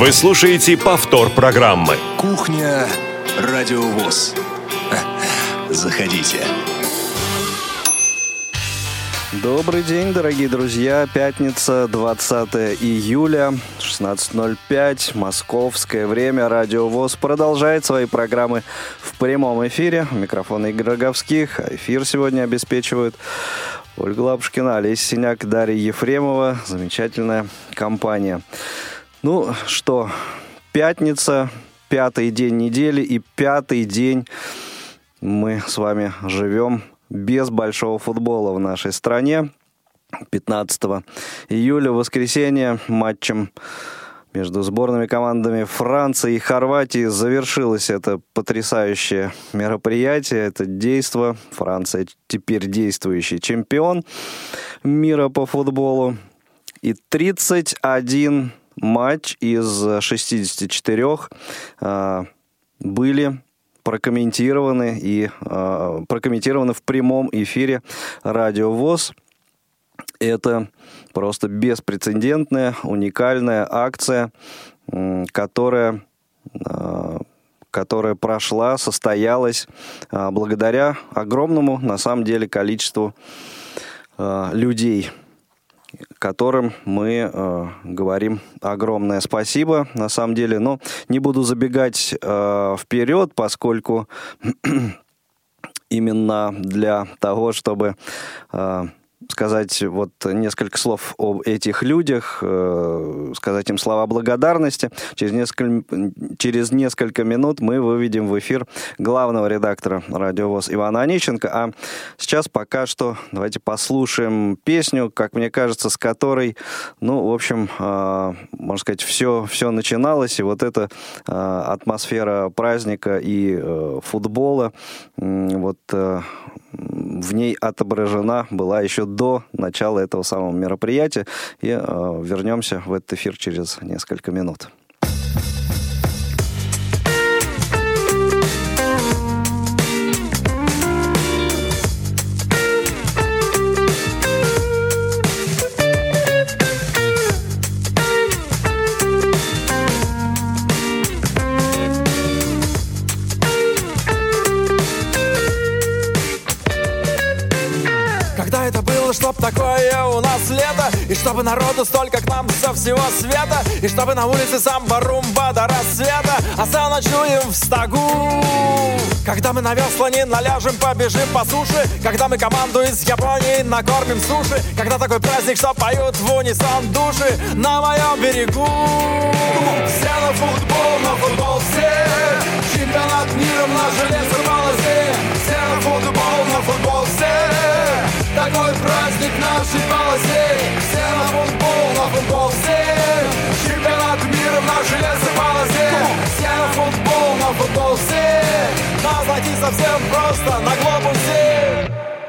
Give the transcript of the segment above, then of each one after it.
Вы слушаете повтор программы. Кухня Радио ВОС. Заходите. Добрый день, дорогие друзья. Пятница, 20 июля, 16:05, московское время. Радио ВОС продолжает свои программы в прямом эфире. У микрофона Игорь Роговских. Эфир сегодня обеспечивают Ольга Лапушкина, Олеся Синяк, Дарья Ефремова. Замечательная компания. Ну что, пятница, пятый день недели и пятый день мы с вами живем без большого футбола в нашей стране. 15 июля, воскресенье, матчем между сборными командами Франции и Хорватии завершилось это потрясающее мероприятие, это действо. Франция теперь действующий чемпион мира по футболу. И 31 матч из 64 были прокомментированы в прямом эфире Радио ВОС. Это просто беспрецедентная, уникальная акция, которая прошла, состоялась благодаря огромному, на самом деле, количеству людей, которым мы говорим огромное спасибо, на самом деле. Но не буду забегать вперед, поскольку именно для того, чтобы сказать вот несколько слов об этих людях, сказать им слова благодарности. Через несколько минут мы выведем в эфир главного редактора Радио ВОС Ивана Онищенко. А сейчас пока что давайте послушаем песню, как мне кажется, с которой, ну, в общем, можно сказать, все начиналось. И вот эта атмосфера праздника и футбола, вот в ней отображена была еще до начала этого самого мероприятия. И вернемся в этот эфир через несколько минут. Чтоб такое у нас лето, и чтобы народу столько к нам со всего света, и чтобы на улице самба-румба до рассвета, а заночуем в стогу. Когда мы на весла не наляжем, побежим по суше, когда мы команду из Японии накормим суши, когда такой праздник, что поют в унисон души на моем берегу. Все на футбол все, чемпионат мира в наш железной полосе. Все на футбол все, такой праздник нашей полосе. Все на футбол все, чемпионат мира в нашей железной полосе. Все на футбол все, нас найти совсем просто на глобусе.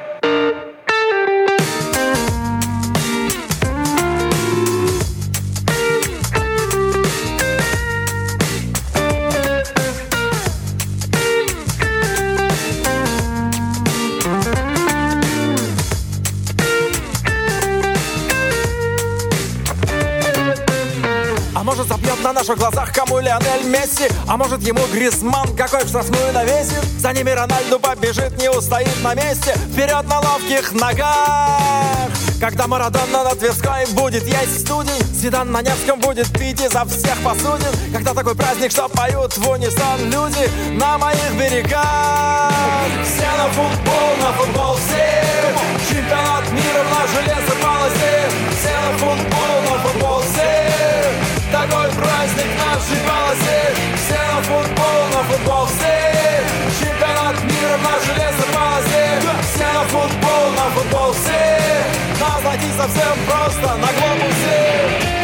Может, забьет на наших глазах кому Лионель Месси, а может, ему Гризманн какой в штрафную навесит. За ними Рональду побежит, не устоит на месте, вперед на ловких ногах. Когда Марадона на Тверской будет есть студень, Зидан на Невском будет пить изо всех посудин. Когда такой праздник, что поют в унисон люди на моих берегах. Все на футбол все, чемпионат мира в нашей железной полосе. Все на футбол все, такой праздник нашей полосе. Все на футбол все, чемпионат мира в нашей железной полосе. Все на футбол все, нас найти совсем просто на глобусе.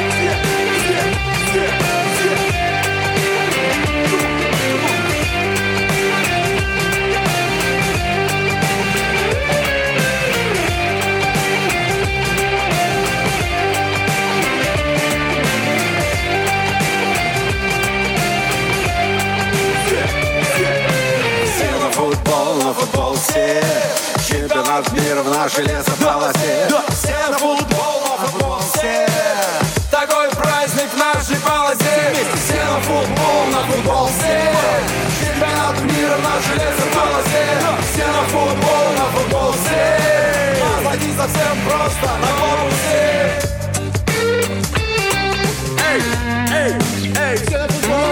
Футбол все, чемпионат мира в нашей лесополосе. Все на футбол все, такой праздник в нашей полосе. место на глобусе. Эй, эй, эй, все на футбол.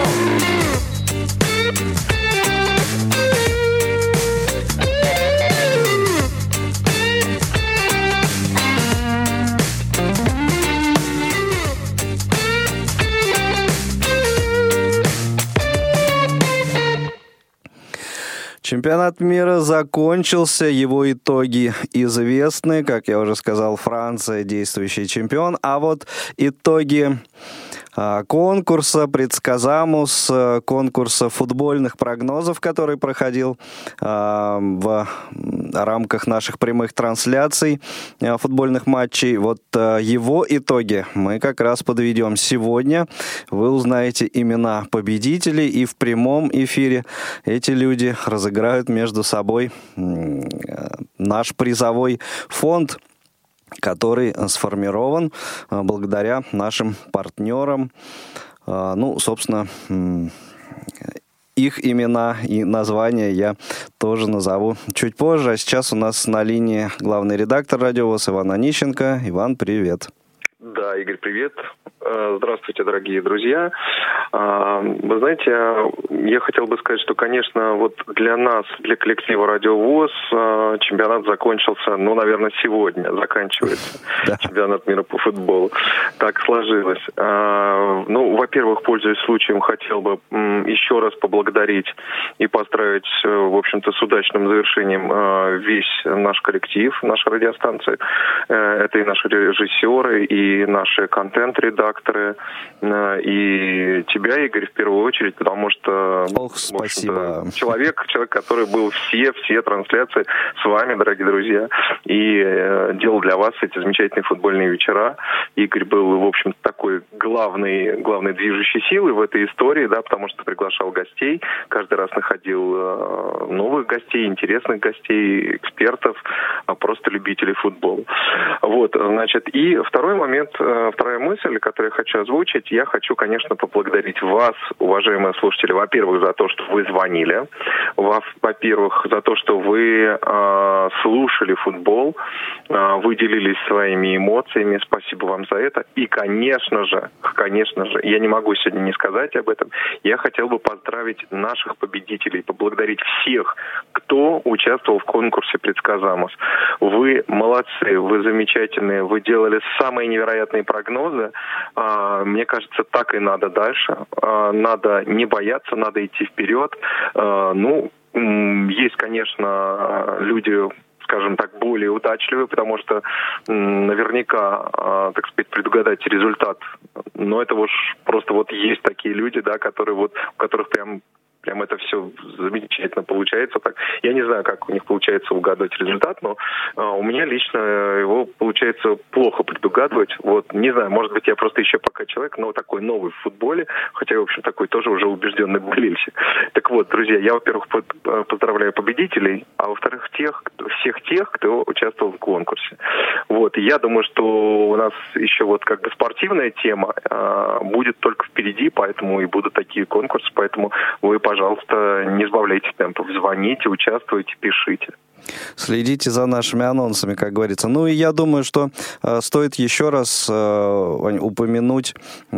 Чемпионат мира закончился, его итоги известны. Как я уже сказал, Франция действующий чемпион. А вот итоги конкурса «Предсказамус», конкурса футбольных прогнозов, который проходил в рамках наших прямых трансляций футбольных матчей. Вот его итоги мы как раз подведем сегодня. Вы узнаете имена победителей, и в прямом эфире эти люди разыграют между собой наш призовой фонд, который сформирован благодаря нашим партнерам. Ну, собственно, их имена и названия я тоже назову чуть позже. А сейчас у нас на линии главный редактор Радио ВОС Иван Онищенко. Иван, привет. Да, Игорь, привет. Здравствуйте, дорогие друзья. Вы знаете, я хотел бы сказать, что, конечно, вот для нас, для коллектива Радио ВОС, чемпионат закончился, наверное, сегодня заканчивается чемпионат мира по футболу. Так сложилось. Во-первых, пользуясь случаем, хотел бы еще раз поблагодарить и поздравить, в общем-то, с удачным завершением весь наш коллектив, наша радиостанция. Это и наши режиссеры, и наши контент-редакторы, и тебя, Игорь, в первую очередь, потому что спасибо. Человек, который был все трансляции с вами, дорогие друзья, и делал для вас эти замечательные футбольные вечера. Игорь был, в общем, такой главной движущей силой в этой истории, да, потому что приглашал гостей, каждый раз находил новых гостей, интересных гостей, экспертов, просто любителей футбола. Вот, значит, и второй момент, вторая мысль, которую я хочу озвучить, я хочу, конечно, поблагодарить вас, уважаемые слушатели, во-первых, за то, что вы звонили, во-первых, за то, что вы слушали футбол, вы делились своими эмоциями, спасибо вам за это. И, конечно же, я не могу сегодня не сказать об этом, я хотел бы поздравить наших победителей, поблагодарить всех, кто участвовал в конкурсе «Предсказамус». Вы молодцы, вы замечательные, вы делали самые невероятные прогнозы. Мне кажется, так и надо дальше. Надо не бояться, надо идти вперед. Есть, конечно, люди, скажем так, более удачливые, потому что наверняка, так сказать, предугадать результат, но это уж просто вот есть такие люди, да, которые вот, у которых прям это все замечательно получается. Так. Я не знаю, как у них получается угадывать результат, но у меня лично его получается плохо предугадывать. Вот, не знаю, может быть, я просто еще пока человек, но такой новый в футболе, хотя, в общем, такой тоже уже убежденный болельщик. Так вот, друзья, я, во-первых, поздравляю победителей, а во-вторых, всех тех, кто участвовал в конкурсе. Вот, и я думаю, что у нас еще вот как бы спортивная тема будет только впереди, поэтому и будут такие конкурсы, поэтому вы, пожалуйста, не сбавляйте темпов, звоните, участвуйте, пишите. Следите за нашими анонсами, как говорится. Ну и я думаю, что стоит еще раз упомянуть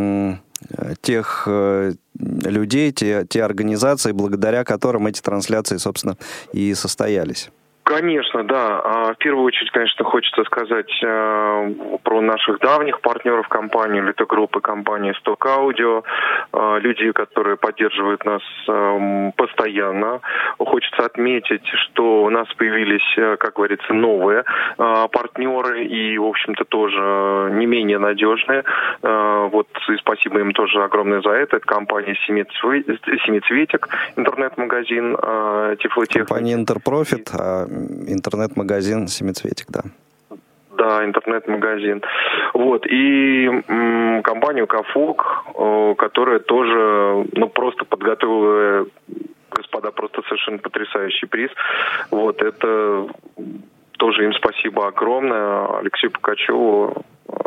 тех людей, те организации, благодаря которым эти трансляции, собственно, и состоялись. Конечно, да. В первую очередь, конечно, хочется сказать про наших давних партнеров компании, литогруппы компании «Сток Аудио», люди, которые поддерживают нас постоянно. Хочется отметить, что у нас появились, как говорится, новые партнеры и, в общем-то, тоже не менее надежные. Вот, и спасибо им тоже огромное за это. Это компания «Семицветик», интернет-магазин тифлотехники. Компания «Интерпрофит», интернет-магазин «Семицветик», да. Да, интернет-магазин. Вот. И компанию «Кафок», которая тоже, просто подготовила, господа, просто совершенно потрясающий приз. Вот. Это тоже им спасибо огромное. Алексею Пукачеву,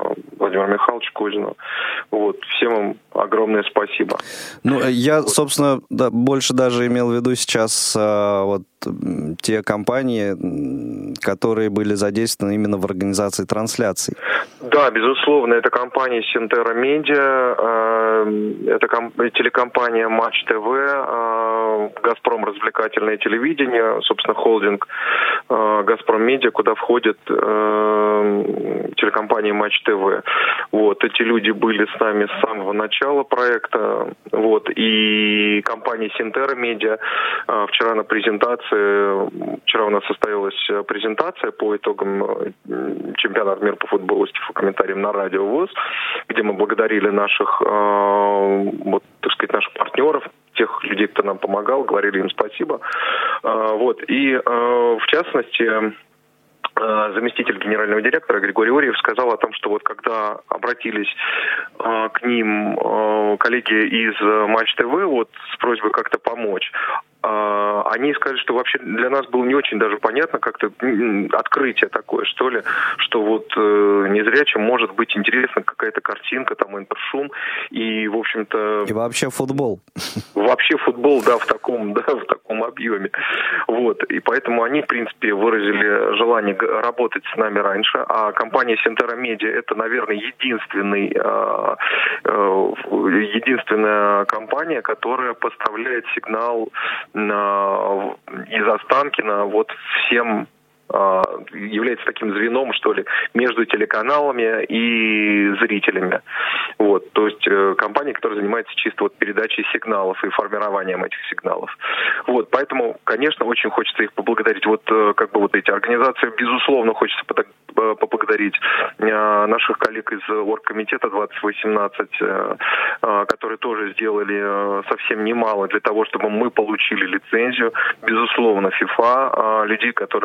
Владимиру Михайловичу Козину. Вот. Всем им огромное спасибо. Ну, я, собственно, больше даже имел в виду сейчас вот те компании, которые были задействованы именно в организации трансляций. Да, безусловно, это компания Синтера Медиа, это телекомпания Матч ТВ, Газпром развлекательное телевидение, собственно, холдинг Газпром Медиа, куда входит телекомпания Матч ТВ. Вот, эти люди были с нами с самого начала проекта. Вот, и компания Синтера Медиа вчера на презентации, вчера у нас состоялась презентация по итогам чемпионата мира по футболу с комментарием на Радио ВОС, где мы благодарили наших, вот, так сказать, наших партнеров, тех людей, кто нам помогал, говорили им спасибо. Вот, и в частности, заместитель генерального директора Григорий Орьев сказал о том, что вот когда обратились к ним коллеги из Матч ТВ вот с просьбой как-то помочь, они сказали, что вообще для нас было не очень даже понятно, как-то открытие такое, что ли, что вот незрячим может быть интересна какая-то картинка, там, интершум, и, в общем-то... И вообще футбол. Вообще футбол, да, в таком объеме. Вот, и поэтому они, в принципе, выразили желание работать с нами раньше, а компания Синтера Медиа это, наверное, единственная компания, которая поставляет сигнал из Останкино вот всем, является таким звеном, что ли, между телеканалами и зрителями. Вот, то есть компания, которая занимается чисто вот передачей сигналов и формированием этих сигналов. Вот, поэтому, конечно, очень хочется их поблагодарить. Вот как бы вот эти организации, безусловно, хочется поблагодарить наших коллег из оргкомитета 2018, которые тоже сделали совсем немало для того, чтобы мы получили лицензию. Безусловно, FIFA, людей, которые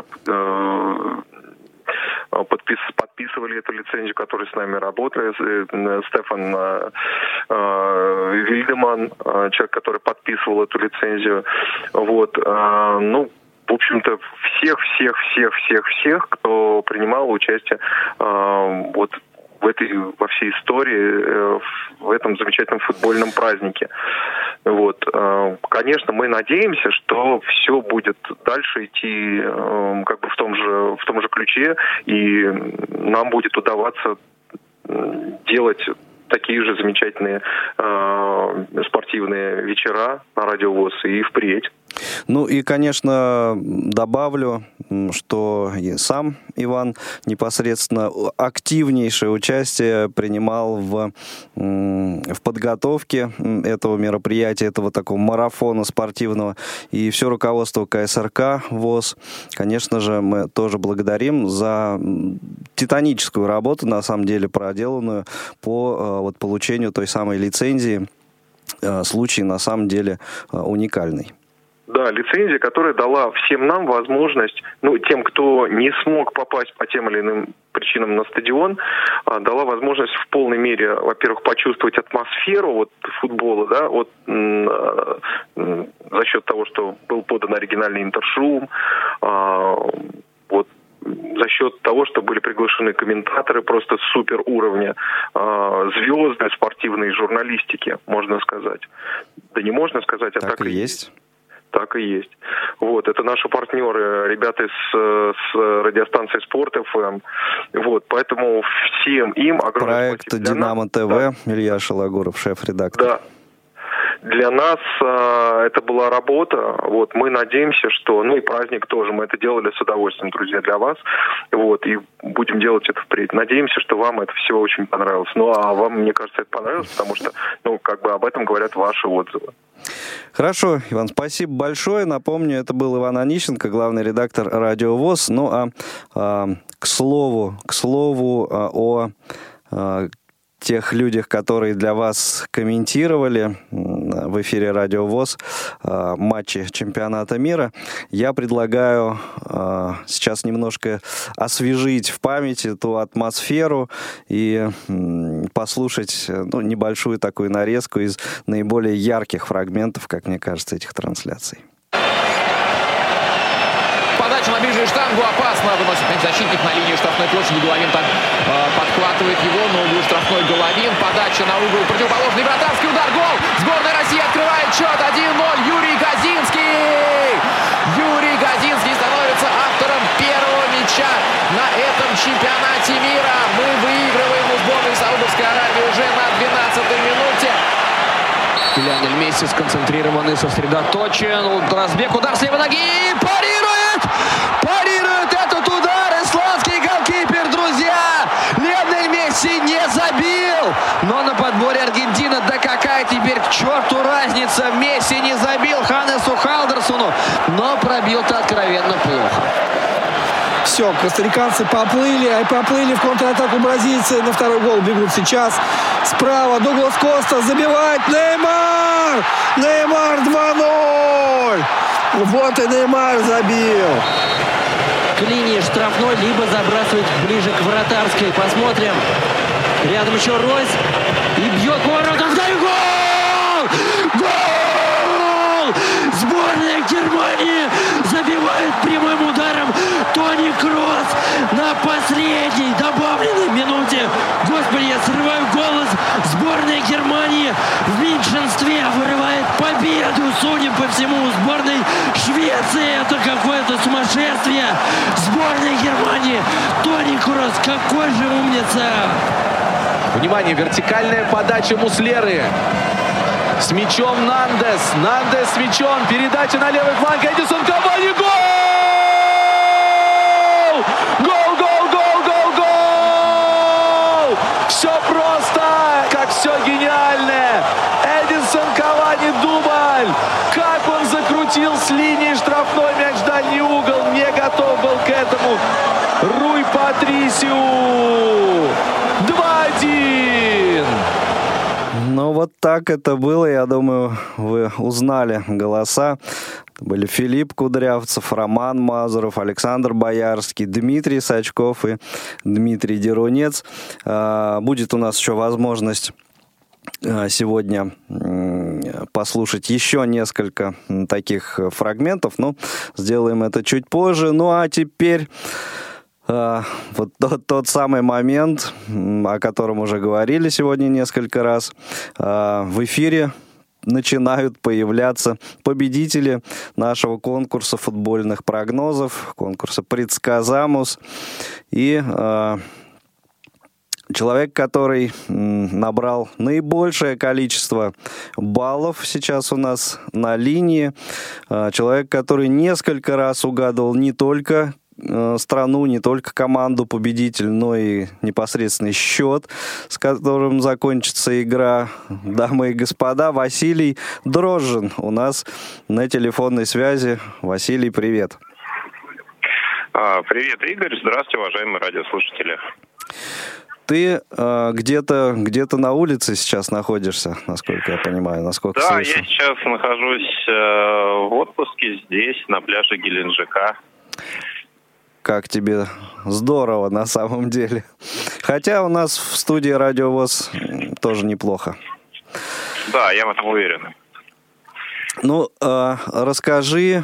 подписывали эту лицензию, которые с нами работали. Стефан Вильдеман, человек, который подписывал эту лицензию. Вот. Ну, в общем-то, всех, кто принимал участие вот во всей истории, в этом замечательном футбольном празднике. Вот. Конечно, мы надеемся, что все будет дальше идти как бы в том же ключе, и нам будет удаваться делать такие же замечательные спортивные вечера на Радио ВОС и впредь. Ну и, конечно, добавлю, что и сам Иван непосредственно активнейшее участие принимал в подготовке этого мероприятия, этого такого марафона спортивного. И все руководство КСРК ВОС, конечно же, мы тоже благодарим за титаническую работу, на самом деле, проделанную по вот получению той самой лицензии. Случай, на самом деле, уникальный. Да, лицензия, которая дала всем нам возможность, ну, тем, кто не смог попасть по тем или иным причинам на стадион, дала возможность в полной мере, во-первых, почувствовать атмосферу вот футбола, да, вот за счет того, что был подан оригинальный интершум, вот за счет того, что были приглашены комментаторы просто супер уровня, звезды спортивной журналистики, можно сказать. Да не можно сказать, а так и есть. Так и есть. Вот, это наши партнеры, ребята с радиостанции Спорт ФМ. Вот, поэтому всем им огромное проект спасибо. Динамо ТВ, да. Илья Шалагуров, шеф-редактор. Да. Для нас это была работа. Вот, мы надеемся, что, ну и праздник тоже, мы это делали с удовольствием, друзья, для вас. Вот, и будем делать это впредь. Надеемся, что вам это все очень понравилось. Ну, а вам, мне кажется, это понравилось, потому что, ну, как бы об этом говорят ваши отзывы. Хорошо, Иван, спасибо большое. Напомню, это был Иван Онищенко, главный редактор Радио ВОС. Ну, к слову о тех людях, которые для вас комментировали в эфире Радио ВОС матчи чемпионата мира, я предлагаю сейчас немножко освежить в памяти ту атмосферу и послушать небольшую такую нарезку из наиболее ярких фрагментов, как мне кажется, этих трансляций. Подача Передача на ближнюю штангу опасно. Выносит мяч защитник на линию штрафной площади. Головин подхватывает его на углу штрафной Головин. Подача на угол противоположный. Вратарский удар. Гол! Сборная России открывает счет 1-0. Юрий Газинский! Юрий Газинский становится автором первого мяча на этом чемпионате мира. Мы выигрываем у сборной Саудовской Аравии уже на 12-й минуте. Лионель Месси сконцентрирован и сосредоточен. Разбег, удар с левой ноги. Парирует! Парирует этот удар исландский голкипер, друзья! Лионель Месси не забил! Но на подборе Аргентина. Да какая теперь к черту разница? Месси не забил Ханнесу Халдерсону, но пробил-то откровенно плохо. Все, костариканцы поплыли, а поплыли в контратаку бразильцы. На второй гол бегут сейчас. Справа Дуглас Коста забивает. Неймар! Неймар 2-0! Вот и Неймар забил. К линии штрафной, либо забрасывает ближе к вратарской. Посмотрим. Рядом еще Ройс. И бьет воротом. Гол! Гол! Сборная Германии забивает прямым ударом Тони Кросс на последней добавленной минуте. Господи, я срываю голос. Сборная Германии в меньшинстве вырывает победу, судя по всему, у сборной Швеции. Это какое-то сумасшествие. Сборная Германии. Тони Кросс, какой же умница. Внимание, вертикальная подача Муслеры. С мячом Нандес. Нандес с мячом. Передача на левый фланг. Эдисон Кавани. Гол! Гол, гол, гол, гол, гол! Все просто, как все гениальное. Эдисон Кавани дубль. Как он закрутил с линии штрафной мяч в дальний угол. Не готов был к этому Руй Патрисиу. 2-1. Ну, вот так это было. Я думаю, вы узнали голоса. Это были Филипп Кудрявцев, Роман Мазуров, Александр Боярский, Дмитрий Сачков и Дмитрий Дерунец. Будет у нас еще возможность сегодня послушать еще несколько таких фрагментов, но сделаем это чуть позже. Ну, а теперь... Вот тот самый момент, о котором уже говорили сегодня несколько раз. В эфире начинают появляться победители нашего конкурса футбольных прогнозов, конкурса «Предсказамус». И человек, который набрал наибольшее количество баллов сейчас у нас на линии, человек, который несколько раз угадывал не только страну, не только команду победитель, но и непосредственный счет, с которым закончится игра. Дамы и господа, Василий Дрожжин у нас на телефонной связи. Василий, привет. Привет, Игорь. Здравствуйте, уважаемые радиослушатели. Ты где-то на улице сейчас находишься, насколько я понимаю, насколько слышу. Да, я сейчас нахожусь в отпуске здесь, на пляже Геленджика. Как тебе здорово на самом деле. Хотя у нас в студии Радио ВОС тоже неплохо. Да, я в этом уверен. Ну, расскажи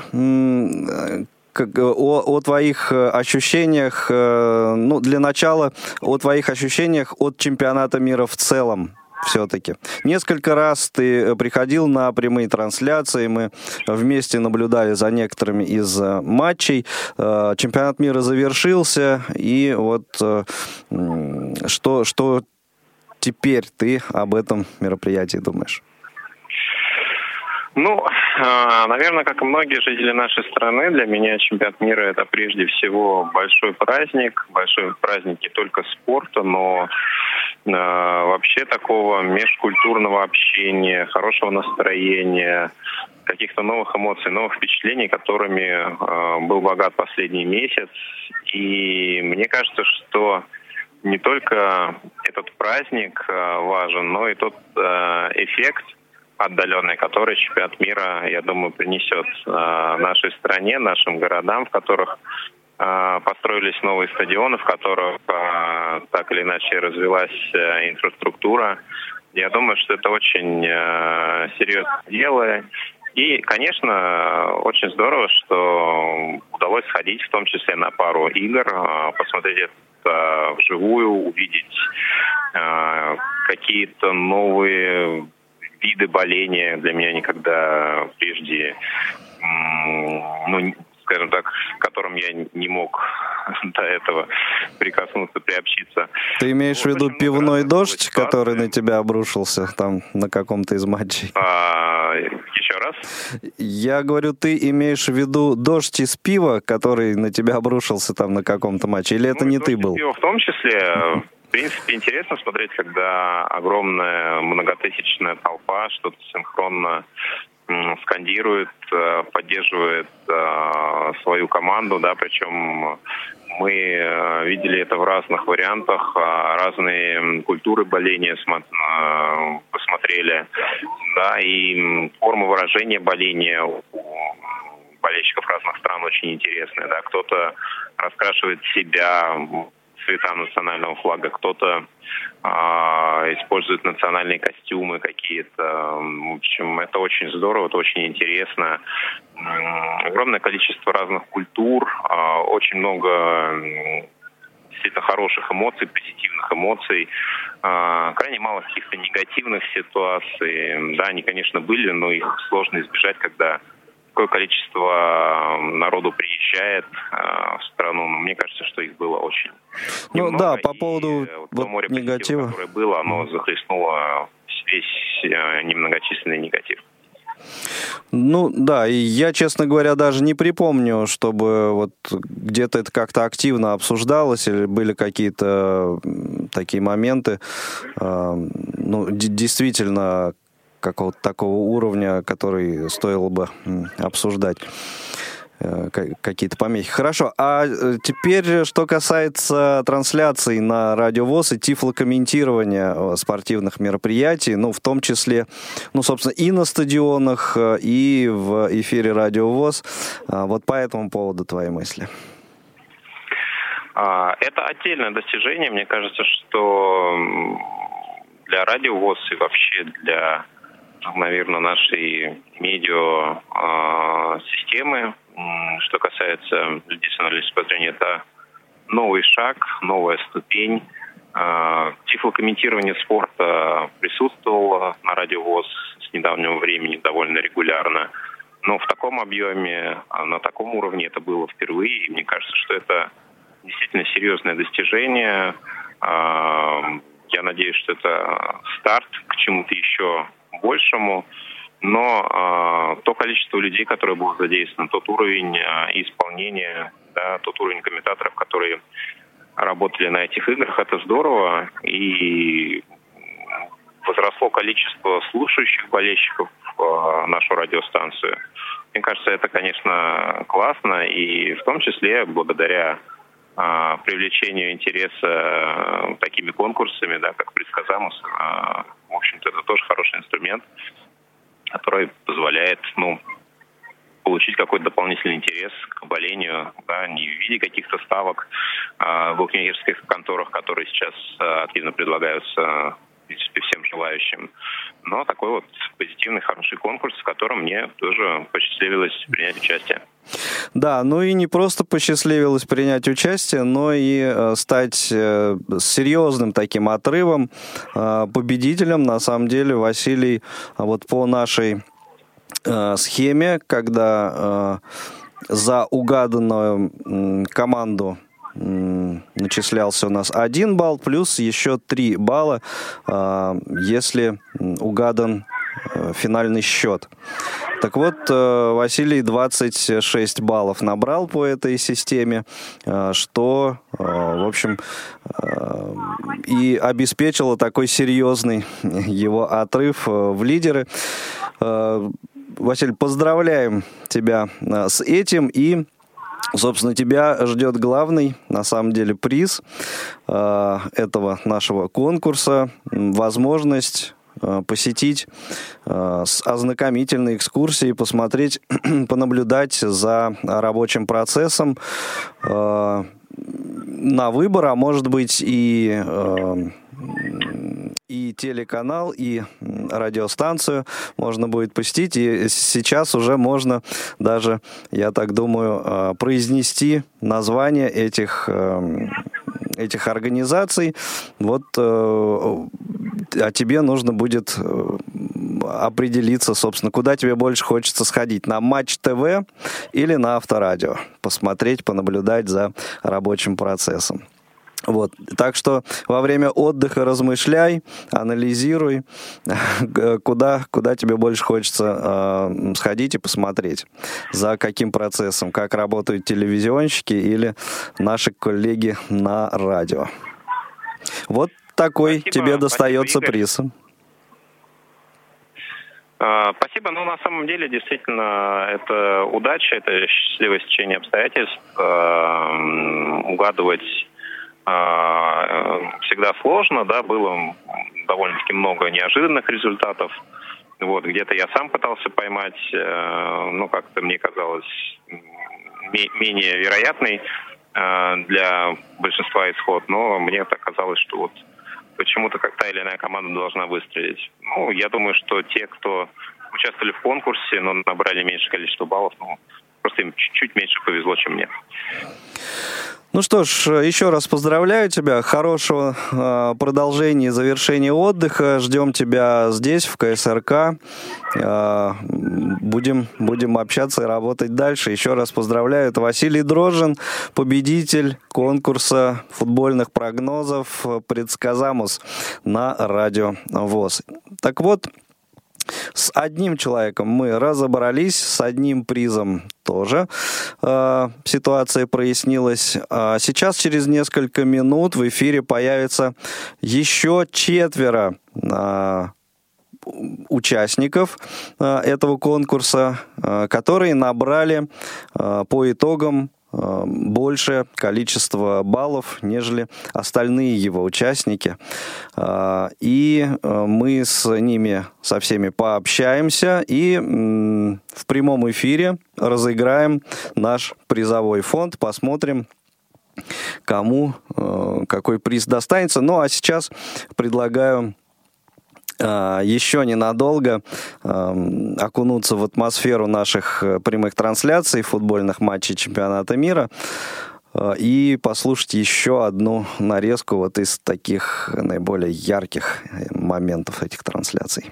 о твоих ощущениях, ну, для начала, о твоих ощущениях от чемпионата мира в целом. Все-таки. Несколько раз ты приходил на прямые трансляции, мы вместе наблюдали за некоторыми из матчей. Чемпионат мира завершился, и вот что теперь ты об этом мероприятии думаешь? Ну, наверное, как и многие жители нашей страны, для меня чемпионат мира – это прежде всего большой праздник не только спорта, но вообще такого межкультурного общения, хорошего настроения, каких-то новых эмоций, новых впечатлений, которыми был богат последний месяц. И мне кажется, что не только этот праздник важен, но и тот эффект отдаленный, который чемпионат мира, я думаю, принесет нашей стране, нашим городам, в которых построились новые стадионы, в которых так или иначе развилась инфраструктура. Я думаю, что это очень серьезное дело. И, конечно, очень здорово, что удалось сходить, в том числе на пару игр, посмотреть это вживую, увидеть какие-то новые виды боления, для меня никогда прежде, скажем так, к которым я не мог до этого прикоснуться, приобщиться. Ты имеешь в виду пивной дождь, который на тебя обрушился там на каком-то из матчей? Еще раз? Я говорю, ты имеешь в виду дождь из пива, который на тебя обрушился там на каком-то матче, или это не ты был? Пиво в том числе. В принципе, интересно смотреть, когда огромная многотысячная толпа что-то синхронно скандирует, поддерживает свою команду, да, причем мы видели это в разных вариантах, разные культуры боления посмотрели, да, и формы выражения боления у болельщиков разных стран очень интересные, да, кто-то раскрашивает себя цвета национального флага, кто-то использует национальные костюмы какие-то. В общем, это очень здорово, это очень интересно. Огромное количество разных культур, очень много действительно хороших эмоций, позитивных эмоций, крайне мало каких-то негативных ситуаций. Да, они, конечно, были, но их сложно избежать, когда такое количество народу приезжает в страну. Но мне кажется, что их было очень немного. Да, по поводу то море негатива, которое было, оно захлестнуло весь немногочисленный негатив. Да, и я, честно говоря, даже не припомню, чтобы вот где-то это как-то активно обсуждалось или были какие-то такие моменты, действительно какого-то такого уровня, который стоило бы обсуждать. Какие-то помехи. Хорошо, а теперь, что касается трансляций на Радио ВОС и тифлокомментирования спортивных мероприятий, в том числе, собственно, и на стадионах, и в эфире Радио ВОС. Вот по этому поводу твои мысли. Это отдельное достижение. Мне кажется, что для Радио ВОС и вообще для, наверное, нашей медиа-системы, что касается людей с инвалидностью по зрению, это новый шаг, новая ступень. Тифлокомментирование спорта присутствовало на Радио ВОС с недавнего времени довольно регулярно. Но в таком объеме, на таком уровне это было впервые. И мне кажется, что это действительно серьезное достижение. Я надеюсь, что это старт к чему-то еще большему. Но то количество людей, которые будут задействованы, тот уровень исполнения, да, тот уровень комментаторов, которые работали на этих играх, это здорово. И возросло количество слушающих болельщиков нашу радиостанцию. Мне кажется, это, конечно, классно. И в том числе благодаря привлечению интереса такими конкурсами, да, как «Предсказамус», в общем-то, это тоже хороший инструмент, который позволяет, получить какой-то дополнительный интерес к болению, да, не в виде каких-то ставок в букмекерских конторах, которые сейчас активно предлагаются, в принципе, всем желающим, но такой вот позитивный, хороший конкурс, в котором мне тоже посчастливилось принять участие. Да, и не просто посчастливилось принять участие, но и стать серьезным таким отрывом, победителем. На самом деле, Василий, вот по нашей схеме, когда за угаданную команду начислялся у нас 1 балл, плюс еще 3 балла, если угадан финальный счет. Так вот, Василий 26 баллов набрал по этой системе, что, в общем, и обеспечило такой серьезный его отрыв в лидеры. Василий, поздравляем тебя с этим, и, собственно, тебя ждет главный, на самом деле, приз этого нашего конкурса, возможность посетить с ознакомительной экскурсией, посмотреть, понаблюдать за рабочим процессом на выбор, а может быть и И телеканал, и радиостанцию можно будет пустить. И сейчас уже можно даже, я так думаю, произнести название этих организаций. Вот, а тебе нужно будет определиться, собственно, куда тебе больше хочется сходить. На Матч ТВ или на Авторадио. Посмотреть, понаблюдать за рабочим процессом. Вот. Так что во время отдыха размышляй, анализируй, куда тебе больше хочется сходить и посмотреть, за каким процессом, как работают телевизионщики или наши коллеги на радио. Вот такой тебе достается приз. Спасибо. Ну, на самом деле, действительно, это удача, это счастливое стечение обстоятельств. Угадывать всегда сложно, да, было довольно-таки много неожиданных результатов. Вот, где-то я сам пытался поймать, ну, как-то мне казалось, менее вероятный для большинства исход, но мне так казалось, что вот почему-то как та или иная команда должна выстрелить. Ну, я думаю, что те, кто участвовали в конкурсе, но набрали меньшее количество баллов, ну, просто им чуть-чуть меньше повезло, чем мне. Ну что ж, еще раз поздравляю тебя. Хорошего продолжения и завершения отдыха. Ждем тебя здесь, в КСРК. Будем общаться и работать дальше. Еще раз поздравляю. Это Василий Дрожжин, победитель конкурса футбольных прогнозов «Предсказамус» на Радио ВОС. Так вот, с одним человеком мы разобрались, с одним призом тоже ситуация прояснилась. Сейчас, через несколько минут, в эфире появится еще 4 участников этого конкурса, которые набрали по итогам большее количество баллов, нежели остальные его участники. И мы с ними, со всеми пообщаемся и в прямом эфире разыграем наш призовой фонд. Посмотрим, кому какой приз достанется. Ну, а сейчас предлагаю еще ненадолго окунуться в атмосферу наших прямых трансляций футбольных матчей чемпионата мира и послушать еще одну нарезку вот из таких наиболее ярких моментов этих трансляций.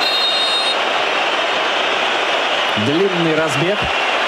Длинный разбег.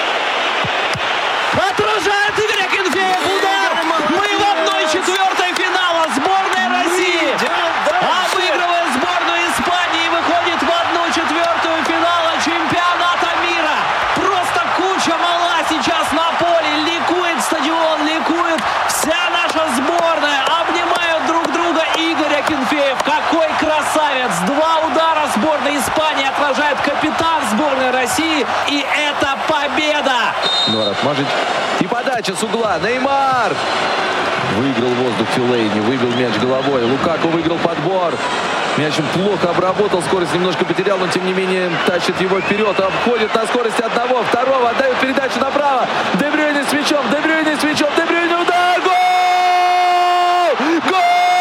Отражает Игорь Акинфеев удар! Мы в 1/4 финала. Сборная России обыгрывает сборную Испании и выходит в 1/4 финала чемпионата мира. Просто куча мала сейчас на поле. Ликует стадион, ликует вся наша сборная. Обнимают друг друга. Игорь Акинфеев, какой красавец! 2 удара сборной Испании отражает капитан сборной России. И это победа! И подача с угла. Неймар! Выиграл воздух Филейни, выбил мяч головой. Лукаку выиграл подбор. Мяч плохо обработал, скорость немножко потерял, но тем не менее тащит его вперед. Обходит на скорости одного, второго, отдает передачу направо. Де Брюйне с мячом, Де Брюйне с мячом, Де Брюйне удар! Гол! Гол!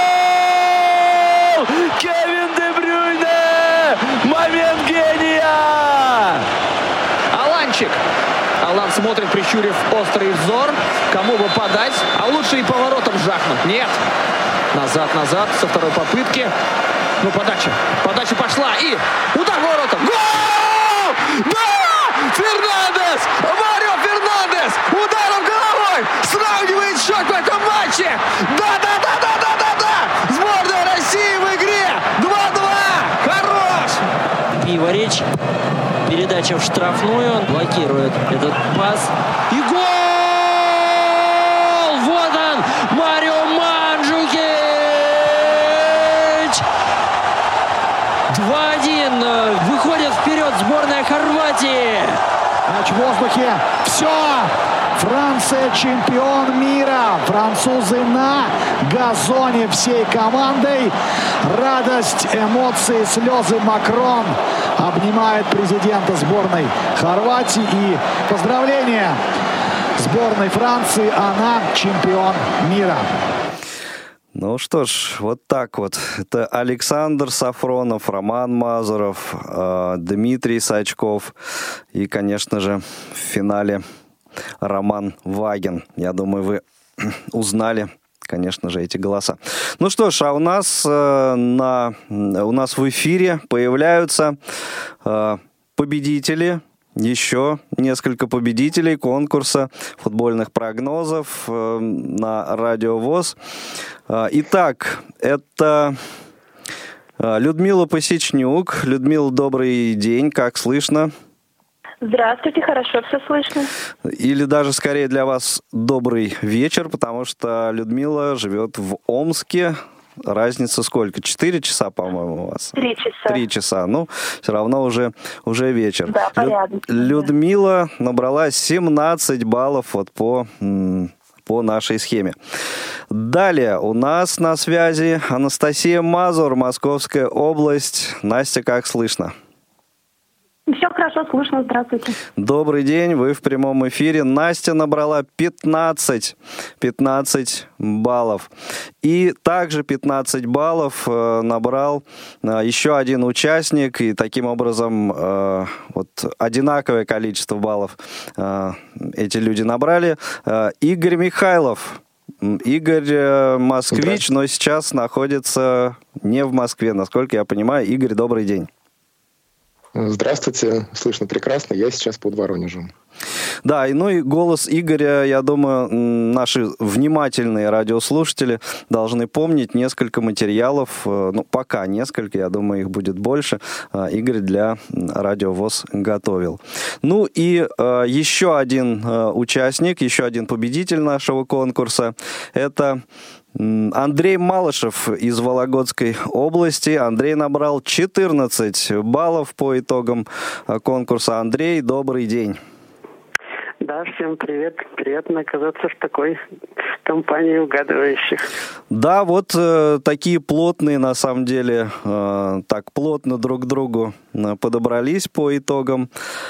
Кевин Де Брюйне! Момент гения! Аланчик. Алан смотрит, прищурив острый взор. Кому бы подать? А лучше и поворотом жахнуть. Нет. Назад, со второй попытки. Ну, подача. Подача пошла. И удар воротом. Гол! Да! Фернандес! Марио Фернандес! Ударом головой! Сравнивает счет в этом матче! Да! Сборная России в игре! 2-2! Хорош! Пиварич. Передача в штрафную. Он блокирует этот пас. И гол! Вот он! Марио Манджукич! 2-1. Выходит вперед сборная Хорватии. Мяч в воздухе. Все! Франция чемпион мира. Французы на газоне всей командой. Радость, эмоции, слезы. Макрон обнимает президента сборной Хорватии. И поздравления сборной Франции. Она чемпион мира. Ну что ж, вот так вот. Это Александр Сафронов, Роман Мазуров, Дмитрий Сачков и, конечно же, в финале Роман Вагин. Я думаю, вы узнали, конечно же, эти голоса. Ну что ж, а у нас в эфире появляются победители. Еще несколько победителей конкурса футбольных прогнозов на Радио ВОС. Итак, это Людмила Посечнюк. Людмила, добрый день, как слышно? Здравствуйте, хорошо все слышно. Или даже скорее для вас добрый вечер, потому что Людмила живет в Омске. Разница сколько? 4 часа, по-моему, у вас? 3 часа. 3 часа. Ну, все равно уже вечер. Да, порядок. Людмила набрала 17 баллов вот по нашей схеме. Далее у нас на связи Анастасия Мазур, Московская область. Настя, как слышно? Все хорошо слышно, здравствуйте. Добрый день, вы в прямом эфире. Настя набрала 15 баллов. И также 15 баллов набрал еще один участник. И таким образом вот одинаковое количество баллов эти люди набрали. Игорь Михайлов. Игорь москвич, но сейчас находится не в Москве. Насколько я понимаю, Игорь, добрый день. Здравствуйте, слышно прекрасно, я сейчас под Воронежем. Да, ну и голос Игоря, я думаю, наши внимательные радиослушатели должны помнить. Несколько материалов, ну пока несколько, я думаю, их будет больше, Игорь для Радио ВОС готовил. Ну и еще один участник, еще один победитель нашего конкурса, это Андрей Малышев из Вологодской области. Андрей набрал 14 баллов по итогам конкурса. Андрей, добрый день. Да, всем привет. Приятно оказаться в такой компании угадывающих. Да, вот такие плотные, на самом деле, так плотно друг к другу подобрались по итогам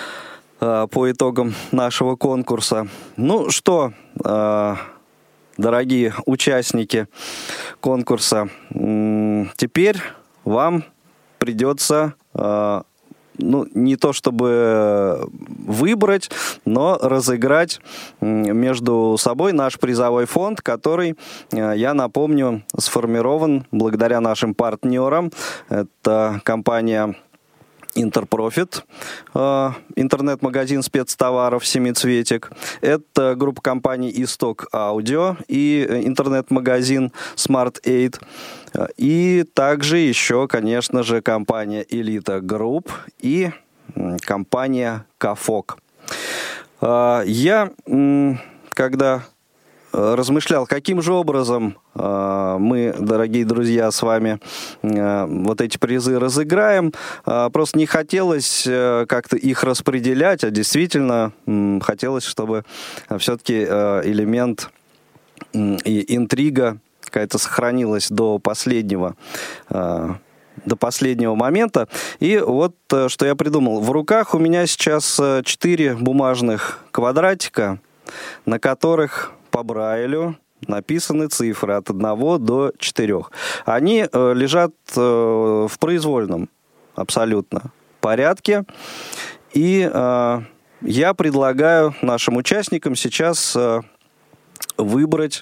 нашего конкурса. Ну что, дорогие участники конкурса, теперь вам придется, не то чтобы выбрать, но разыграть между собой наш призовой фонд, который, я напомню, сформирован благодаря нашим партнерам. Это компания Интерпрофит, интернет-магазин спецтоваров «Семицветик». Это группа компаний «Исток Аудио» и интернет-магазин Smart 8. И также еще, конечно же, компания «Элита Групп» и компания «Кафок». Я, когда размышлял, каким же образом мы, дорогие друзья, с вами вот эти призы разыграем. Просто не хотелось как-то их распределять, а действительно хотелось, чтобы все-таки элемент и интрига какая-то сохранилась до последнего момента. И вот что я придумал. В руках у меня сейчас 4 бумажных квадратика, на которых по Брайлю написаны цифры от 1 до 4. Они лежат в произвольном абсолютно порядке. И я предлагаю нашим участникам сейчас выбрать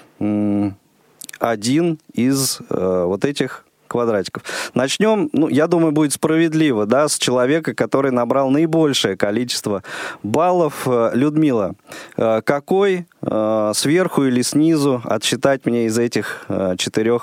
один из вот этих квадратиков. Начнем, я думаю, будет справедливо, да, с человека, который набрал наибольшее количество баллов. Людмила, какой сверху или снизу отсчитать мне из этих 4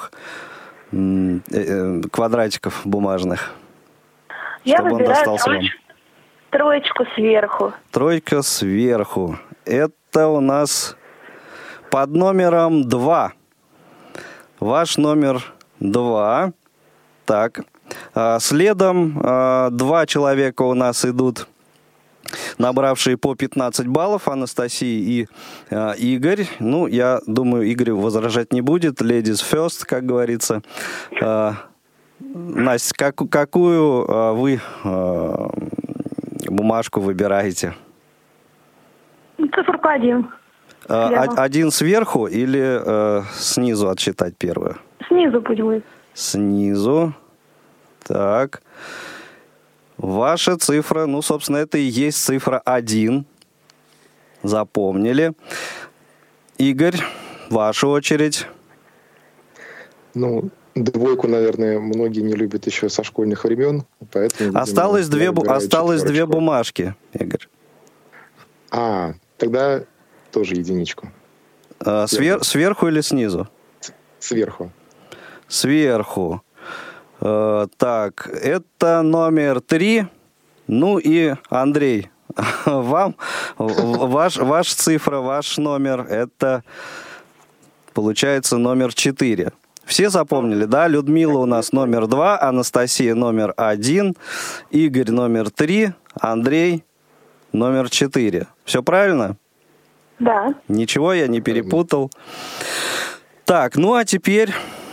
квадратиков бумажных? Я выбираю троечку сверху. Тройка сверху. Это у нас под номером 2. Ваш номер 2. Так. Следом 2 человека у нас идут, набравшие по 15 баллов. Анастасия и Игорь. Я думаю, Игорь возражать не будет. Ladies first, как говорится. Настя, какую вы бумажку выбираете? Циферку 1. Один сверху или снизу отсчитать первую? Снизу пусть будет. Снизу. Так. Ваша цифра, ну, собственно, это и есть цифра 1. Запомнили. Игорь, ваша очередь. Ну, двойку, наверное, многие не любят еще со школьных времен, поэтому... Видимо, осталось две бумажки, Игорь. Тогда тоже единичку. Сверху или снизу? Сверху. Сверху. Так, это номер 3. Ну и, Андрей, вам ваша цифра, ваш номер, это получается номер 4. Все запомнили, да? Людмила у нас номер 2, Анастасия номер 1, Игорь номер 3, Андрей номер 4. Все правильно? Да. Ничего я не перепутал. Так, ну а теперь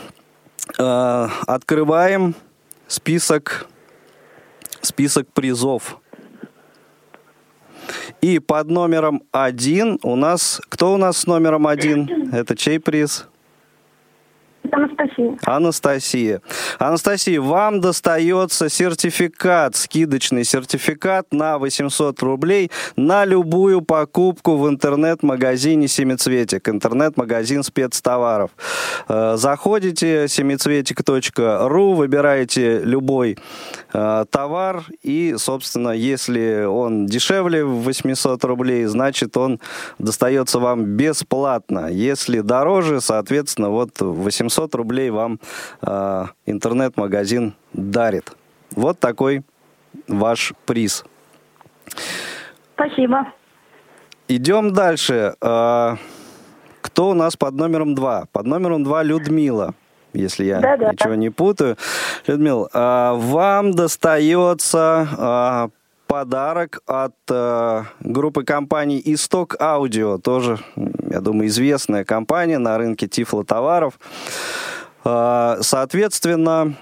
открываем список призов. И под номером 1 у нас... Кто у нас с номером 1? Это чей приз? Анастасия. Анастасия, вам достается сертификат, скидочный сертификат на 800 рублей на любую покупку в интернет-магазине «Семицветик», интернет-магазин спецтоваров. Заходите семицветик.ру, выбираете любой товар, и, собственно, если он дешевле 800 рублей, значит, он достается вам бесплатно. Если дороже, соответственно, вот 800 рублей вам интернет-магазин дарит. Вот такой ваш приз. Спасибо. Идем дальше. Кто у нас под номером 2? Под номером 2 Людмила, если я ничего не путаю. Людмила, вам достается подарок от группы компаний «Исток Аудио». Тоже, я думаю, известная компания на рынке тифлотоваров. Соответственно,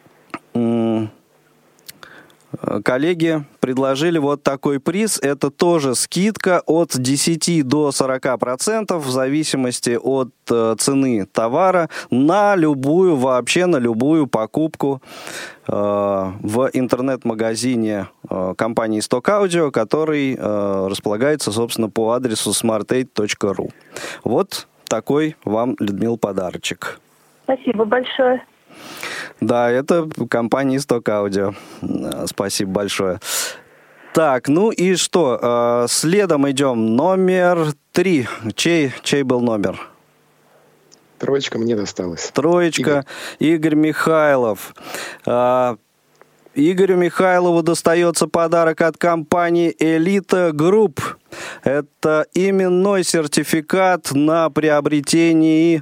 коллеги предложили вот такой приз. Это тоже скидка от 10 до 40% в зависимости от цены товара на любую, вообще на любую покупку в интернет-магазине компании «Исток Аудио», который располагается, собственно, по адресу smartaid.ru. Вот такой вам, Людмила, подарочек. Спасибо большое. Да, это компания «Исток Аудио». Спасибо большое. Так, ну и что? Следом идем. Номер 3. Чей был номер? Троечка мне досталась. Троечка. Игорь Михайлов. Игорю Михайлову достается подарок от компании «Элита Групп». Это именной сертификат на приобретение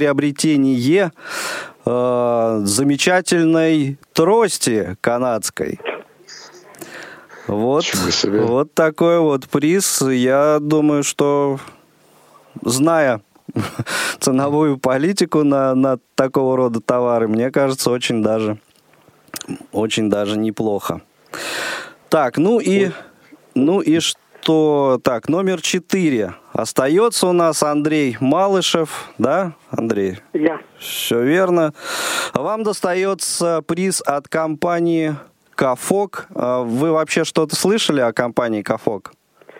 замечательной трости канадской. Вот такой вот приз. Я думаю, что, зная ценовую политику на такого рода товары, мне кажется, очень даже неплохо. Так, ну и что? Так, номер 4. Остается у нас Андрей Малышев, да, Андрей? Я. Все верно. Вам достается приз от компании «Кафок». Вы вообще что-то слышали о компании «Кафок»?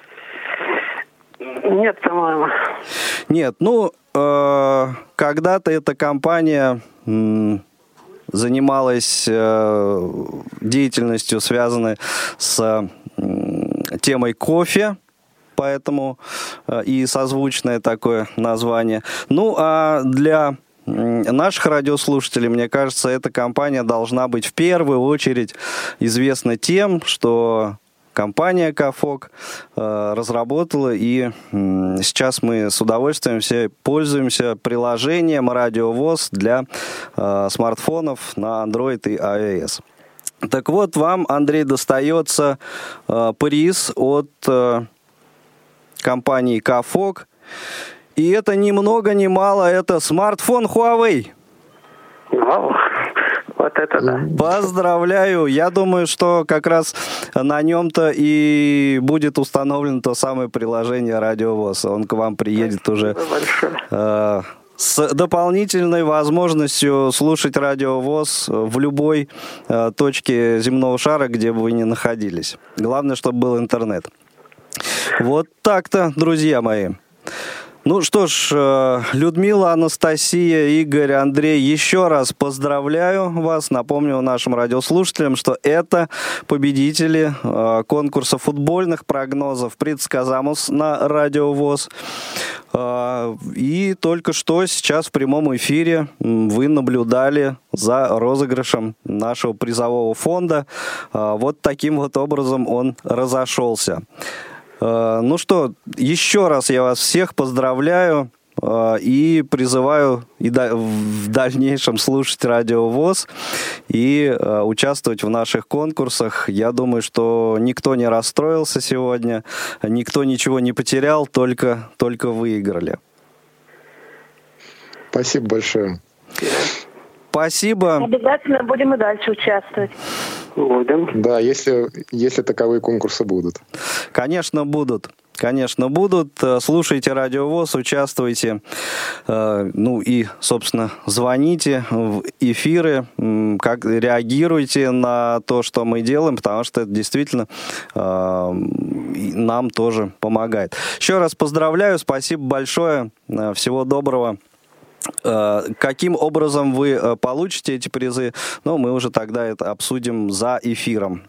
Нет, по-моему. Нет, ну, когда-то эта компания занималась деятельностью, связанной с темой кофе, поэтому и созвучное такое название. Ну, а для наших радиослушателей, мне кажется, эта компания должна быть в первую очередь известна тем, что компания «Кафок» разработала, и сейчас мы с удовольствием все пользуемся приложением «Радио ВОС» для смартфонов на Android и iOS. Так вот, вам, Андрей, достается приз от компании «Кафок». И это ни много ни мало, это смартфон Huawei. Вау, Вот это да. Поздравляю. Я думаю, что как раз на нем-то и будет установлено то самое приложение Радио ВОС. Он к вам приедет уже с дополнительной возможностью слушать Радио ВОС в любой точке земного шара, где бы вы ни находились. Главное, чтобы был интернет. Вот так-то, друзья мои. Ну что ж, Людмила, Анастасия, Игорь, Андрей, еще раз поздравляю вас. Напомню нашим радиослушателям, что это победители конкурса футбольных прогнозов «Предсказамус» на Радио ВОС. И только что сейчас в прямом эфире вы наблюдали за розыгрышем нашего призового фонда. Вот таким вот образом он разошелся. Ну что, еще раз я вас всех поздравляю и призываю в дальнейшем слушать Радио ВОС и участвовать в наших конкурсах. Я думаю, что никто не расстроился сегодня, никто ничего не потерял, только выиграли. Спасибо большое. Спасибо. Обязательно будем и дальше участвовать. Будем. Да, если таковые конкурсы будут. Конечно, будут. Конечно, будут. Слушайте Радио ВОС, участвуйте. Ну и, собственно, звоните в эфиры, как реагируйте на то, что мы делаем, потому что это действительно нам тоже помогает. Еще раз поздравляю, спасибо большое. Всего доброго. Каким образом вы получите эти призы, ну, мы уже тогда это обсудим за эфиром.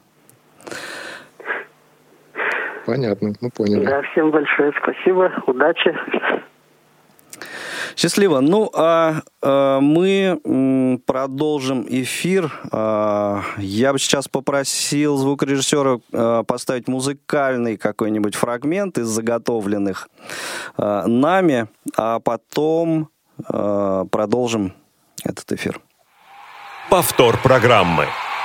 Понятно, мы поняли. Да, всем большое спасибо, удачи. Счастливо. Ну, мы продолжим эфир. Я бы сейчас попросил звукорежиссера поставить музыкальный какой-нибудь фрагмент из заготовленных нами, а потом продолжим этот эфир. Повтор программы.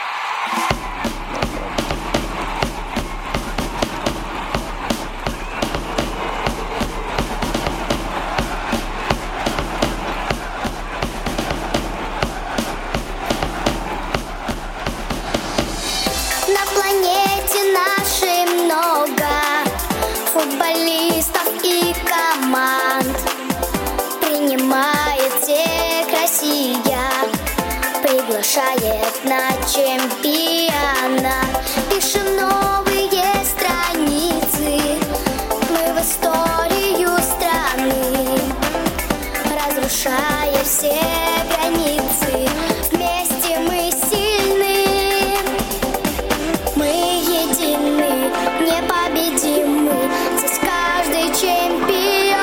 На планете нашей много футболистов и команд. Принимает всех Россия, приглашает на чемпионат. Пишем новые страницы, мы в историю страны, разрушая все границы. Вместе мы сильны, мы едины, непобедимы. Здесь каждый чемпион.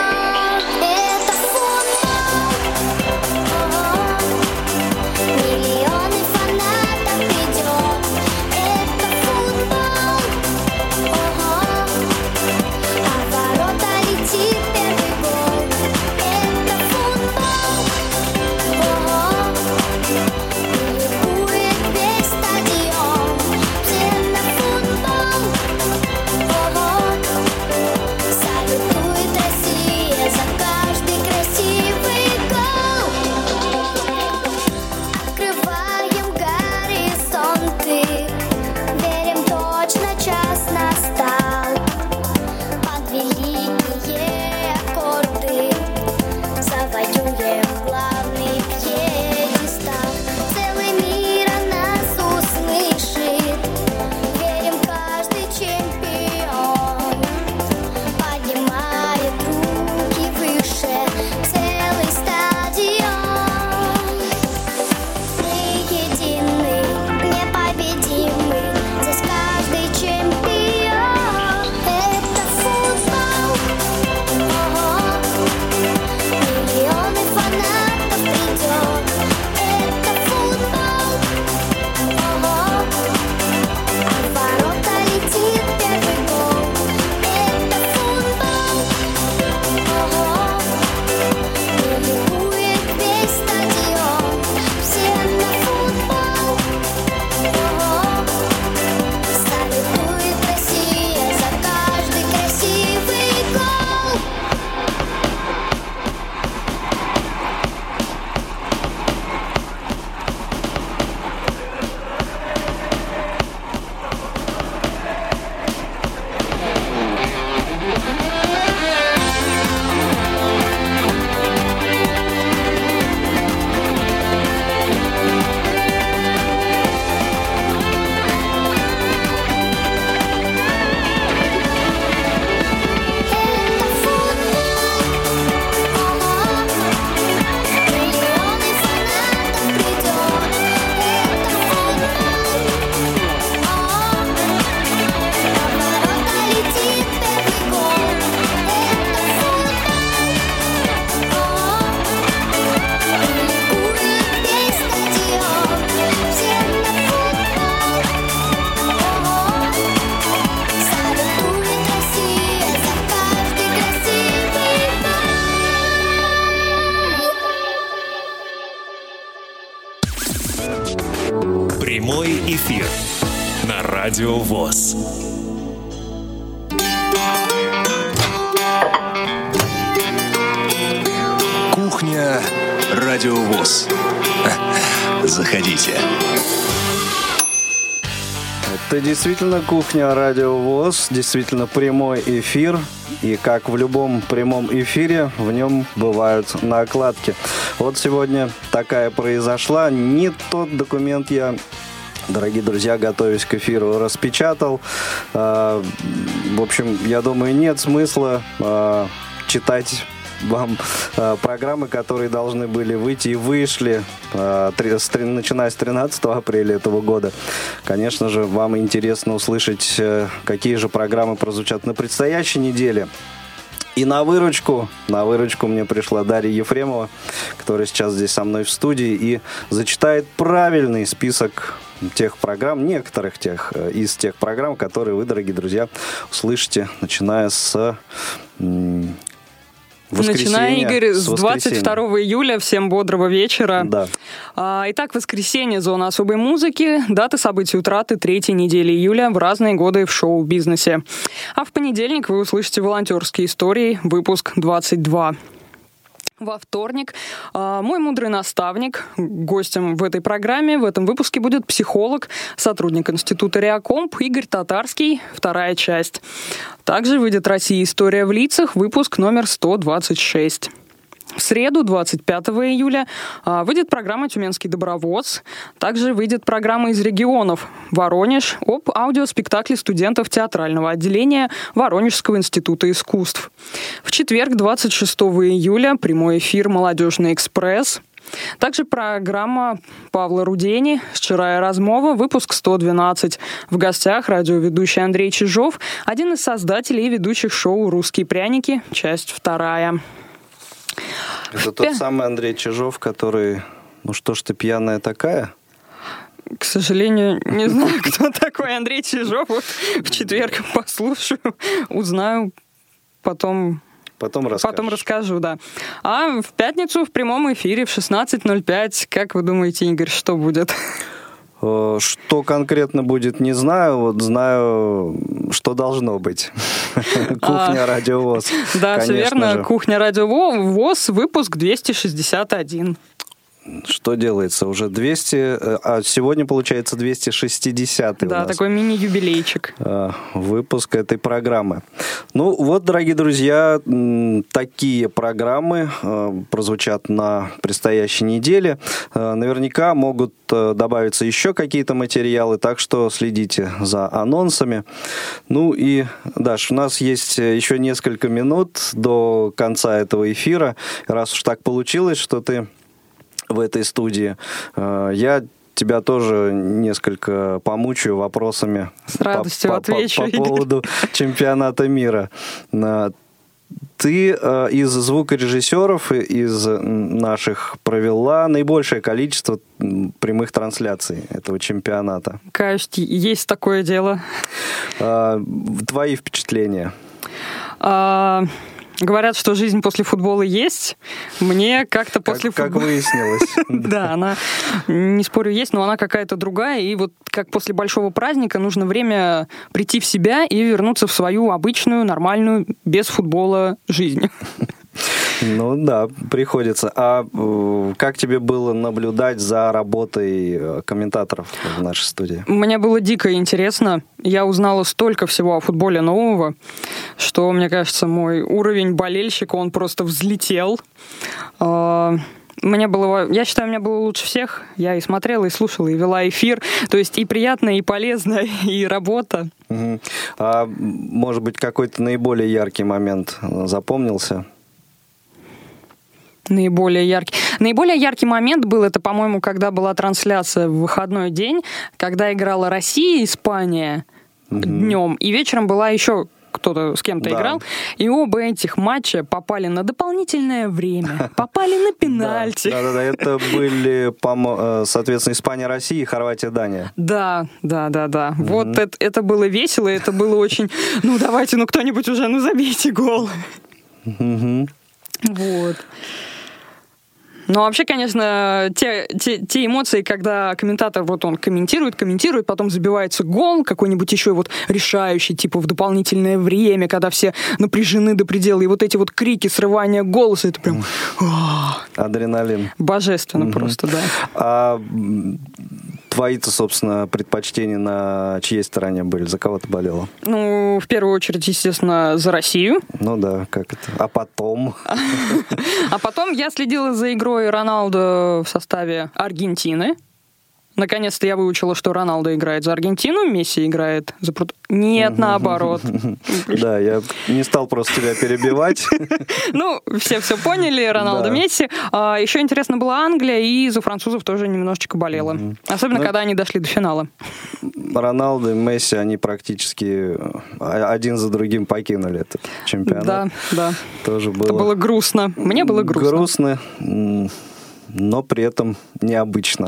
Миллионы фанатов идет. Это футбол. эфир на Радио ВОС. Кухня Радио ВОС. Заходите. Это действительно кухня Радио ВОС, действительно прямой эфир. И как в любом прямом эфире, в нем бывают накладки. Вот сегодня такая произошла. Не тот документ я, дорогие друзья, готовясь к эфиру, распечатал. В общем, я думаю, нет смысла читать вам программы, которые должны были выйти и вышли, начиная с 13 апреля этого года. Конечно же, вам интересно услышать, какие же программы прозвучат на предстоящей неделе. И на выручку мне пришла Дарья Ефремова, которая сейчас здесь со мной в студии, и зачитает правильный список тех программ, некоторых из тех программ, которые вы, дорогие друзья, услышите, начиная с начиная, Игорь, с 22 июля. Всем бодрого вечера. Да. Итак, воскресенье, зона особой музыки. Даты событий утраты 3-й недели июля в разные годы в шоу-бизнесе. А в понедельник вы услышите волонтерские истории, выпуск 22. Во вторник мой мудрый наставник, гостем в этой программе, в этом выпуске будет психолог, сотрудник Института Реакомп Игорь Татарский, вторая часть. Также выйдет «Россия. История в лицах», выпуск номер 126. В среду, 25 июля, выйдет программа «Тюменский добровоз». Также выйдет программа из регионов «Воронеж» об аудиоспектакле студентов театрального отделения Воронежского института искусств. В четверг, 26 июля, прямой эфир «Молодежный экспресс». Также программа Павла Рудени «Щирая размова», выпуск 112. В гостях радиоведущий Андрей Чижов, один из создателей и ведущих шоу «Русские пряники», часть 2. Это тот самый Андрей Чижов, который... Ну что ж ты пьяная такая? К сожалению, не знаю, кто такой Андрей Чижов. Вот в четверг послушаю, узнаю, потом расскажу, да. А в пятницу в прямом эфире в 16:05, как вы думаете, Игорь, что будет? Что конкретно будет, не знаю. Вот знаю, что должно быть. Кухня Радио ВОС. Да, все верно. Кухня Радио ВОС, выпуск 261. Что делается? Уже 200, а сегодня, получается, 260-й да, у нас. Такой мини-юбилейчик. Выпуск этой программы. Ну вот, дорогие друзья, такие программы прозвучат на предстоящей неделе. Наверняка могут добавиться еще какие-то материалы, так что следите за анонсами. Ну и, Даш, у нас есть еще несколько минут до конца этого эфира. Раз уж так получилось, что ты в этой студии, я тебя тоже несколько помучаю вопросами. С радостью отвечу, по поводу чемпионата мира. Ты из звукорежиссеров, из наших провела наибольшее количество прямых трансляций этого чемпионата. Конечно, есть такое дело. Твои впечатления? Говорят, что жизнь после футбола есть. Мне как-то после футбола... Как выяснилось. Да, она, не спорю, есть, но она какая-то другая. И вот как после большого праздника нужно время прийти в себя и вернуться в свою обычную, нормальную, без футбола жизнь. Ну да, приходится. А как тебе было наблюдать за работой комментаторов в нашей студии? Мне было дико интересно. Я узнала столько всего о футболе нового, что, мне кажется, мой уровень болельщика, он просто взлетел. Я считаю, мне было лучше всех. Я и смотрела, и слушала, и вела эфир. То есть и приятно, и полезно, и работа. Угу. А может быть, какой-то наиболее яркий момент запомнился? Наиболее яркий момент был, это, по-моему, когда была трансляция в выходной день, когда играла Россия и Испания днем, и вечером была еще кто-то с кем-то играл, и оба этих матча попали на дополнительное время, попали на пенальти. Да, это были, соответственно, Испания, Россия и Хорватия, Дания. Да. Вот это было весело, это было очень... давайте, кто-нибудь уже, забейте гол. Вот. Ну, вообще, конечно, те эмоции, когда комментатор, вот он комментирует, потом забивается гол, какой-нибудь еще вот решающий, типа в дополнительное время, когда все напряжены до предела, и вот эти вот крики, срывания голоса, это прям... Адреналин. Божественно просто, да. А твои-то, собственно, предпочтения на чьей стороне были? За кого ты болела? Ну, в первую очередь, естественно, за Россию. Ну да, как это? А потом? А потом я следила за игрой Роналдо в составе Аргентины. Наконец-то я выучила, что Роналдо играет за Аргентину, Месси играет за Нет, наоборот. Да, я не стал просто тебя перебивать. Ну, все поняли, Роналдо, Месси. Еще интересно была Англия, и за французов тоже немножечко болела. Особенно, когда они дошли до финала. Роналдо и Месси, они практически один за другим покинули этот чемпионат. Да. Тоже было... Это было грустно. Мне было грустно. Грустно, но при этом необычно.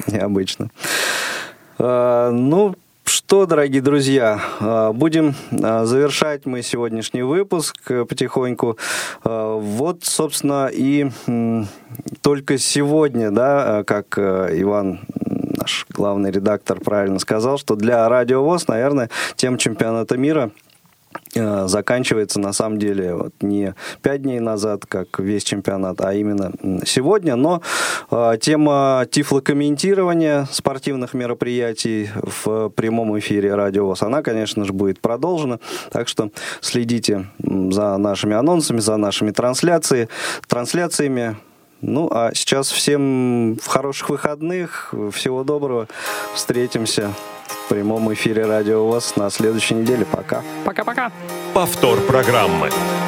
Ну, что, дорогие друзья, будем завершать мы сегодняшний выпуск потихоньку. Вот, собственно, и только сегодня, да, как Иван, наш главный редактор, правильно сказал, что для Радио ВОС, наверное, тема чемпионата мира заканчивается на самом деле вот не 5 дней назад, как весь чемпионат, а именно сегодня. Но тема тифлокомментирования спортивных мероприятий в прямом эфире Радио ВОС, она, конечно же, будет продолжена. Так что следите за нашими анонсами, за нашими трансляциями. Ну, а сейчас всем хороших выходных, всего доброго. Встретимся в прямом эфире Радио ВОС на следующей неделе. Пока. Пока-пока. Повтор программы.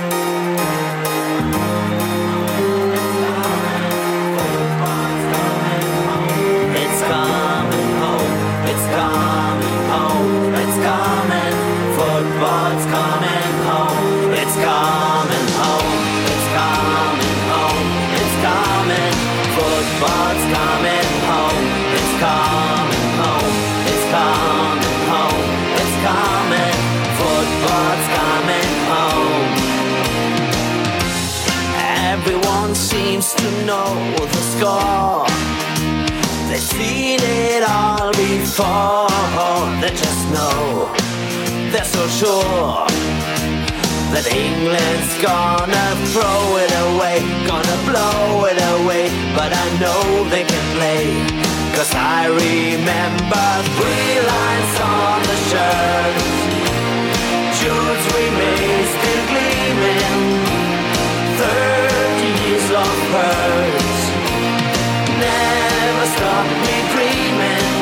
Seems to know the score. They've seen it all before. They just know, they're so sure that England's gonna throw it away, gonna blow it away. But I know they can play, 'cause I remember 3 lines on the shirt, jewels we made still gleaming, 30 years of hurt never stopped me dreaming.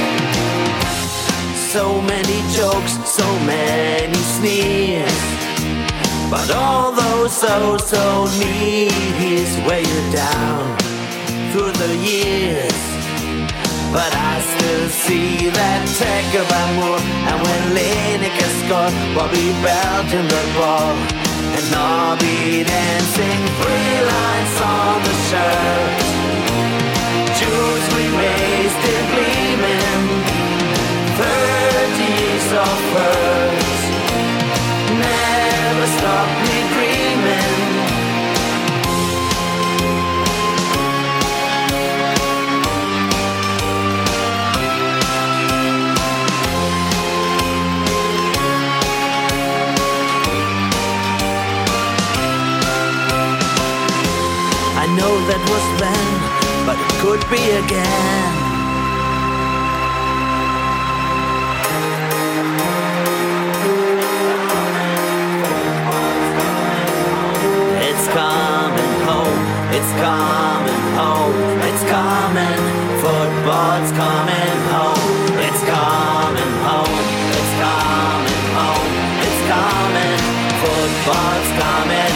So many jokes, so many sneers, but all those so knees weigh you down through the years. But I still see that tech of Amour, and when Lineker scored, Bobby belting the ball, and Nobby dancing 3 lines on the shirt, jewels we made still gleaming, 30 years of hurt never stopped me dreaming. I know that was then, but it could be again. It's coming home, it's coming home, it's coming, football's coming home. It's coming home, it's coming home, it's coming, football's coming